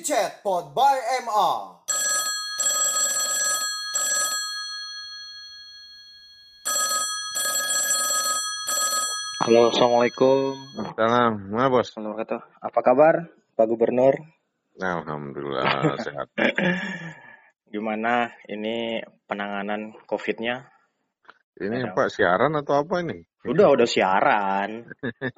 Chat Pod by MA. Halo, assalamualaikum. Salam, mana bos? Wabarakatuh. Apa kabar, Pak Gubernur? Alhamdulillah sehat. Gimana ini penanganan COVID-nya? Ini Pak siaran atau apa ini? Udah siaran.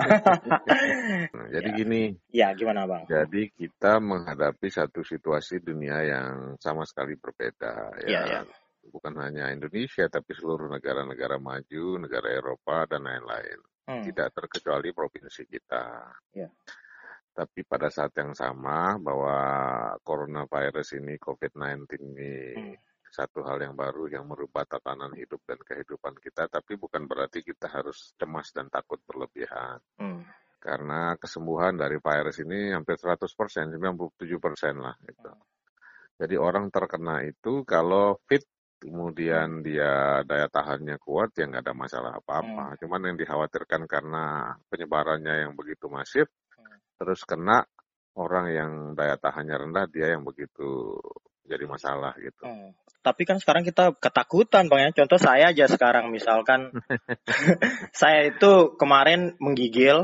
Nah, jadi gini, Ya, gimana Bang? jadi kita menghadapi satu situasi dunia yang sama sekali berbeda Iya, ya. iya. Bukan hanya Indonesia, tapi seluruh negara-negara maju, negara Eropa dan lain-lain. Tidak terkecuali provinsi kita. Iya. Tapi pada saat yang sama bahwa coronavirus ini, COVID-19 ini satu hal yang baru yang merubah tatanan hidup dan kehidupan kita, tapi bukan berarti kita harus cemas dan takut berlebihan. Karena kesembuhan dari virus ini hampir 100%, 97% lah. Gitu. Jadi orang terkena itu kalau fit, kemudian dia daya tahannya kuat, ya nggak ada masalah apa-apa. Cuman yang dikhawatirkan karena penyebarannya yang begitu masif, terus kena orang yang daya tahannya rendah, dia yang begitu jadi masalah gitu. Tapi kan sekarang kita ketakutan Bang ya. Contoh saya aja sekarang misalkan saya itu kemarin menggigil.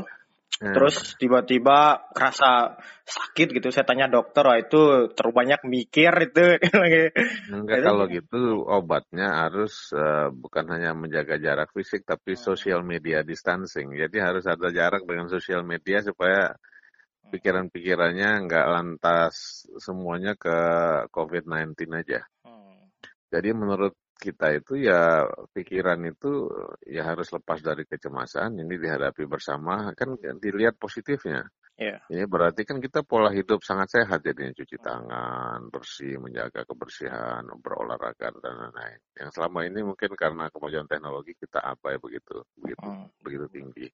Terus tiba-tiba kerasa sakit gitu. Saya tanya dokter, wah itu terlalu banyak mikir itu. Enggak, kalau gitu obatnya harus bukan hanya menjaga jarak fisik, tapi social media distancing. Jadi harus ada jarak dengan social media supaya pikiran-pikirannya nggak lantas semuanya ke COVID-19 aja. Jadi menurut kita itu ya pikiran itu ya harus lepas dari kecemasan, ini dihadapi bersama, kan dilihat positifnya. Yeah. Ini berarti kan kita pola hidup sangat sehat jadinya, cuci tangan, bersih, menjaga kebersihan, berolahraga dan lain-lain. Yang selama ini mungkin karena kemajuan teknologi kita abai begitu tinggi.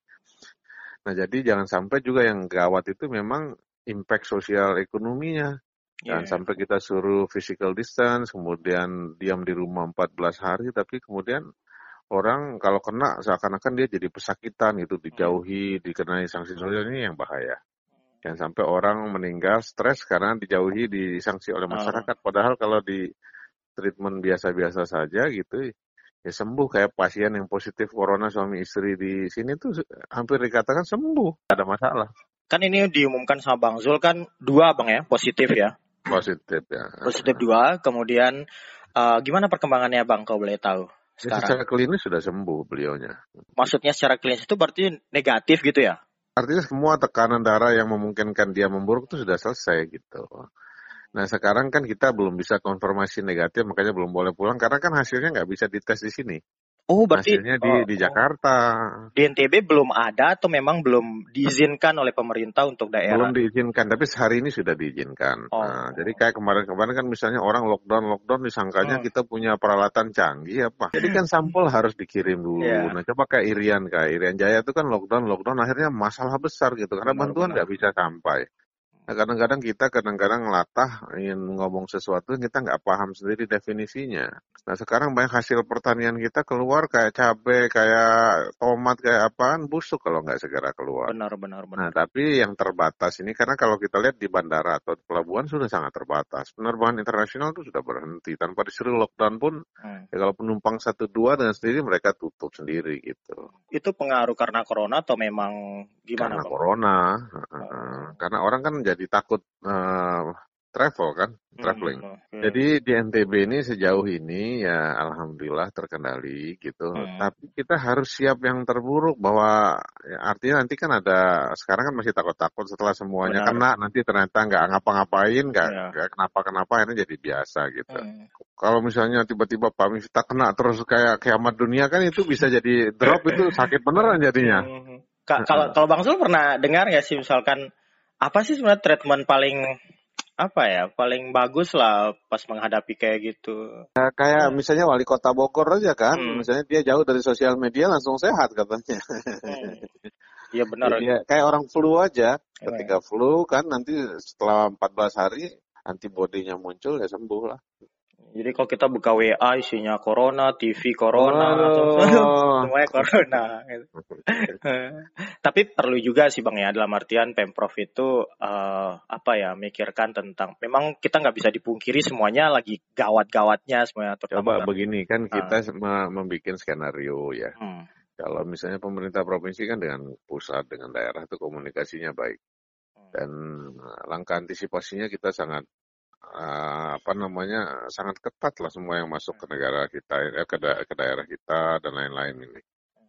Nah jadi jangan sampai juga yang gawat itu memang impact sosial ekonominya. Jangan sampai kita suruh physical distance, kemudian diam di rumah 14 hari, tapi kemudian orang kalau kena seakan-akan dia jadi pesakitan gitu, dijauhi, dikenai sanksi sosial, ini yang bahaya. Jangan sampai orang meninggal stres karena dijauhi, disanksi oleh masyarakat. Padahal kalau di treatment biasa-biasa saja gitu, ya sembuh. Kayak pasien yang positif corona suami istri di sini tuh hampir dikatakan sembuh, tidak ada masalah. Kan ini diumumkan sama Bang Zul kan 2 Bang ya, positif ya. Positif ya. Positif 2, kemudian gimana perkembangannya Bang kalau boleh tahu sekarang? Secara klinis sudah sembuh beliaunya. Maksudnya secara klinis itu berarti negatif gitu ya? Artinya semua tekanan darah yang memungkinkan dia memburuk itu sudah selesai gitu. Nah sekarang kan kita belum bisa konfirmasi negatif, makanya belum boleh pulang karena kan hasilnya nggak bisa dites di sini. Oh berarti hasilnya di Jakarta. Di NTB belum ada atau memang belum diizinkan oleh pemerintah untuk daerah? Belum diizinkan, tapi sehari ini sudah diizinkan. Nah, jadi kayak kemarin-kemarin kan misalnya orang lockdown disangkanya kita punya peralatan canggih apa. Jadi kan sampel harus dikirim dulu. Nah coba kayak Irian Jaya itu kan lockdown akhirnya masalah besar gitu karena bantuan nggak bisa sampai. Nah, kadang-kadang latah ingin ngomong sesuatu kita nggak paham sendiri definisinya. Nah sekarang banyak hasil pertanian kita keluar kayak cabai, kayak tomat, kayak apaan busuk kalau nggak segera keluar. Benar. Nah tapi yang terbatas ini karena kalau kita lihat di bandara atau di pelabuhan sudah sangat terbatas. Penerbangan internasional itu sudah berhenti tanpa disuruh lockdown pun. Ya kalau penumpang 1-2 dengan sendiri mereka tutup sendiri gitu. Itu pengaruh karena corona atau memang gimana? Karena corona. Karena orang kan jadi takut traveling. Jadi di NTB ini sejauh ini ya alhamdulillah terkendali gitu. Tapi kita harus siap yang terburuk bahwa ya, artinya nanti kan ada, sekarang kan masih takut-takut setelah semuanya kena, nanti ternyata nggak ngapa-ngapain, nggak kenapa-kenapa, akhirnya jadi biasa gitu. Kalau misalnya tiba-tiba Pak Miftah kena terus kayak kiamat dunia kan itu bisa jadi drop, itu sakit beneran jadinya. Kalau Bang Zul pernah dengar nggak sih misalkan apa sih sebenarnya treatment paling bagus lah pas menghadapi kayak gitu? Kayak misalnya wali kota Bogor aja kan, misalnya dia jauh dari sosial media langsung sehat katanya. Iya benar. Jadi kayak orang flu aja, ketika flu kan nanti setelah 14 hari antibodinya muncul ya sembuh lah. Jadi kalau kita buka WA isinya corona, TV corona, Waduh. semuanya corona. Gitu. Tapi perlu juga sih Bang ya, dalam artian Pemprov itu mikirkan tentang, memang kita nggak bisa dipungkiri semuanya lagi gawat-gawatnya semuanya, terutama Coba begini kan Ah, kita membuat skenario ya. hmm, Kalau misalnya pemerintah provinsi kan dengan pusat, dengan daerah itu komunikasinya baik. Dan langkah antisipasinya kita sangat sangat ketat lah semua yang masuk ke negara kita, ke daerah kita dan lain-lain ini.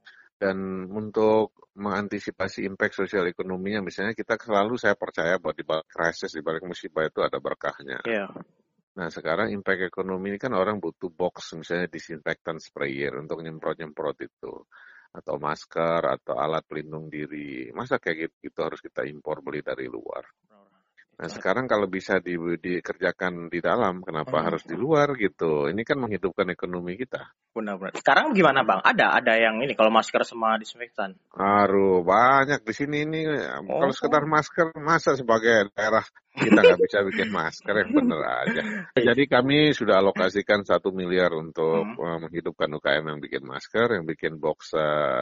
Dan untuk mengantisipasi impact sosial ekonominya, misalnya kita selalu saya percaya bahwa di balik krisis, di balik musibah itu ada berkahnya. yeah. Nah sekarang impact ekonomi ini kan orang butuh box, misalnya disinfektan sprayer untuk nyemprot-nyemprot itu. Atau masker, atau alat pelindung diri. Masa kayak gitu harus kita impor beli dari luar. Nah sekarang kalau bisa dikerjakan di dalam, kenapa harus di luar gitu? Ini kan menghidupkan ekonomi kita. Benar-benar. Sekarang gimana Bang? Ada yang ini kalau masker sama disinfektan. Aduh, banyak di sini ini. Oh. Kalau sekedar masker, masa sebagai daerah kita nggak bisa bikin masker yang bener aja. Jadi kami sudah alokasikan 1 miliar untuk menghidupkan UKM yang bikin masker, yang bikin box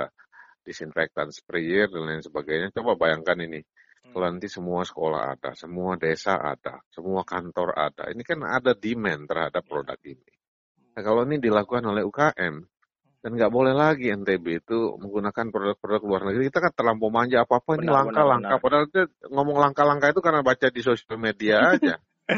disinfektan sprayer dan lain sebagainya. Coba bayangkan ini. Kalau nanti semua sekolah ada, semua desa ada, semua kantor ada. Ini kan ada demand terhadap produk ini. Nah, kalau ini dilakukan oleh UKM, dan nggak boleh lagi NTB itu menggunakan produk-produk luar negeri. Kita kan terlampau manja, apa-apa ini langka-langka. Padahal itu ngomong langka-langka itu karena baca di sosial media aja.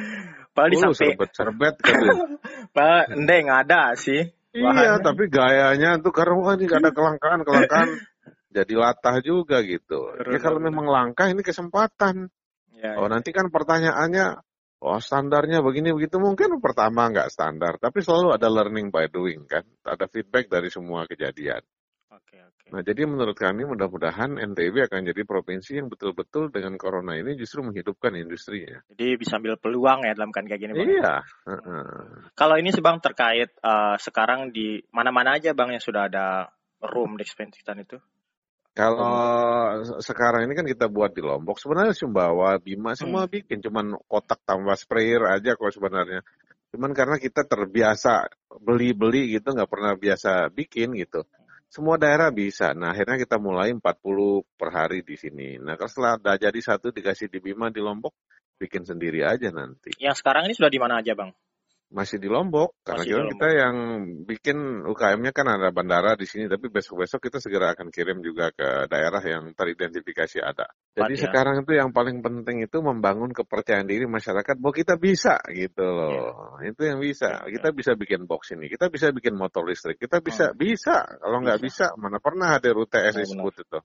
Padahal sampai serbet gitu. Pak, nggak ada sih. Iya, tapi gayanya tuh karena ini nggak ada kelangkaan jadi latah juga gitu. Ya kalau memang langka ini kesempatan. Nanti kan pertanyaannya, standarnya begini begitu, mungkin pertama nggak standar, tapi selalu ada learning by doing kan, ada feedback dari semua kejadian. Nah jadi menurut kami mudah-mudahan NTB akan jadi provinsi yang betul-betul dengan corona ini justru menghidupkan industrinya. Jadi bisa ambil peluang ya dalam kan kayak gini Bang. Iya. Kalau ini sih Bang terkait sekarang di mana-mana aja Bang yang sudah ada room disinfektan itu? Kalau sekarang ini kan kita buat di Lombok, sebenarnya Sumbawa, Bima semua bikin, cuman kotak tambah sprayer aja kok sebenarnya. Cuman karena kita terbiasa beli-beli gitu, nggak pernah biasa bikin gitu. Semua daerah bisa. Nah akhirnya kita mulai 40 per hari di sini. Nah kalau setelah ada jadi satu dikasih di Bima di Lombok, bikin sendiri aja nanti. Yang sekarang ini sudah di mana aja Bang? Masih di Lombok, karena kita yang bikin UKM-nya kan ada bandara di sini, tapi besok-besok kita segera akan kirim juga ke daerah yang teridentifikasi ada. Jadi sekarang itu yang paling penting itu membangun kepercayaan diri masyarakat bahwa kita bisa gitu loh. Itu yang bisa. Kita bisa bikin box ini, kita bisa bikin motor listrik, kita bisa. Kalau nggak bisa, mana pernah ada UTS disebut itu.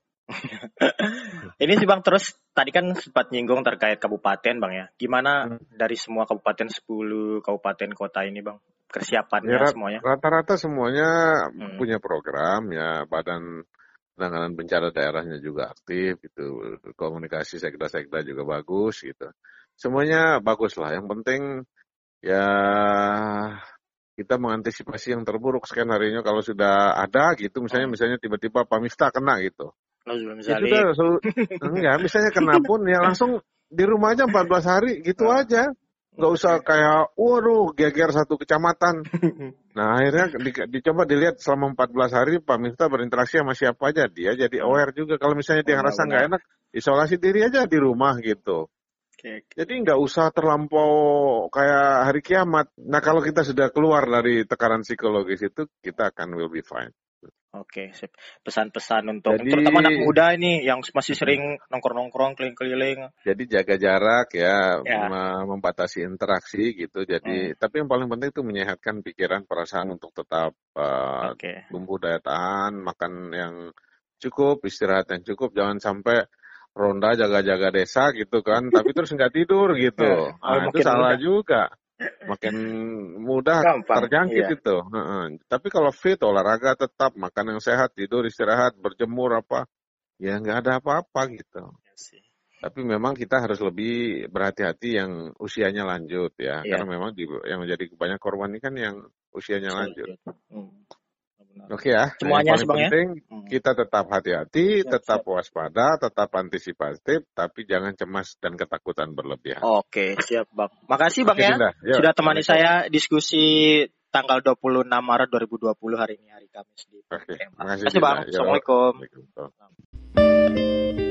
Ini sih Bang, terus tadi kan sempat nyinggung terkait kabupaten Bang ya. Gimana dari semua kabupaten 10 kabupaten kota ini Bang? Persiapannya semuanya? Rata-rata semuanya punya program ya, Badan Penanganan Bencana daerahnya juga aktif gitu. Komunikasi sekda-sekda juga bagus gitu. Semuanya bagus lah. Yang penting ya kita mengantisipasi yang terburuk, skenario kalau sudah ada gitu, misalnya tiba-tiba Pak Miftah kena gitu. Enggak, misalnya kena pun ya langsung di rumah aja 14 hari gitu aja. Nggak usah kayak, waduh, geger satu kecamatan. Nah, akhirnya dicoba dilihat selama 14 hari Pak Miftah berinteraksi sama siapa aja. Dia jadi aware juga. Kalau misalnya dia ngerasa nggak enak, isolasi diri aja di rumah gitu. Jadi nggak usah terlampau kayak hari kiamat. Nah, kalau kita sudah keluar dari tekanan psikologis itu, kita akan will be fine. Oke, sip. Pesan-pesan untuk terutama anak muda ini yang masih sering nongkrong-nongkrong keliling-keliling. Jadi jaga jarak ya. Membatasi interaksi gitu. Jadi tapi yang paling penting itu menyehatkan pikiran, perasaan untuk tetap tumbuh daya tahan, makan yang cukup, istirahat yang cukup, jangan sampai ronda jaga-jaga desa gitu kan, tapi terus nggak tidur gitu. Itu salah juga. Makin mudah terjangkit itu. Tapi kalau fit, olahraga tetap, makan yang sehat, tidur, istirahat, berjemur ya nggak ada apa-apa gitu. Tapi memang kita harus lebih berhati-hati yang usianya lanjut ya, karena memang yang menjadi banyak korban ini kan yang usianya lanjut. Oke ya. Semuanya yang paling penting Kita tetap hati-hati, Siap, tetap siap. waspada, tetap antisipatif, tapi jangan cemas dan ketakutan berlebihan. Oke, siap Bang. Makasih Bang Oke, ya. Dinda. Yuk, Sudah temani Assalamualaikum. saya diskusi tanggal 26 Maret 2020 hari ini, hari Kamis di Oke, PMA. makasih Makasih Bang. Dinda. Yuk. Assalamualaikum. Waalaikumsalam.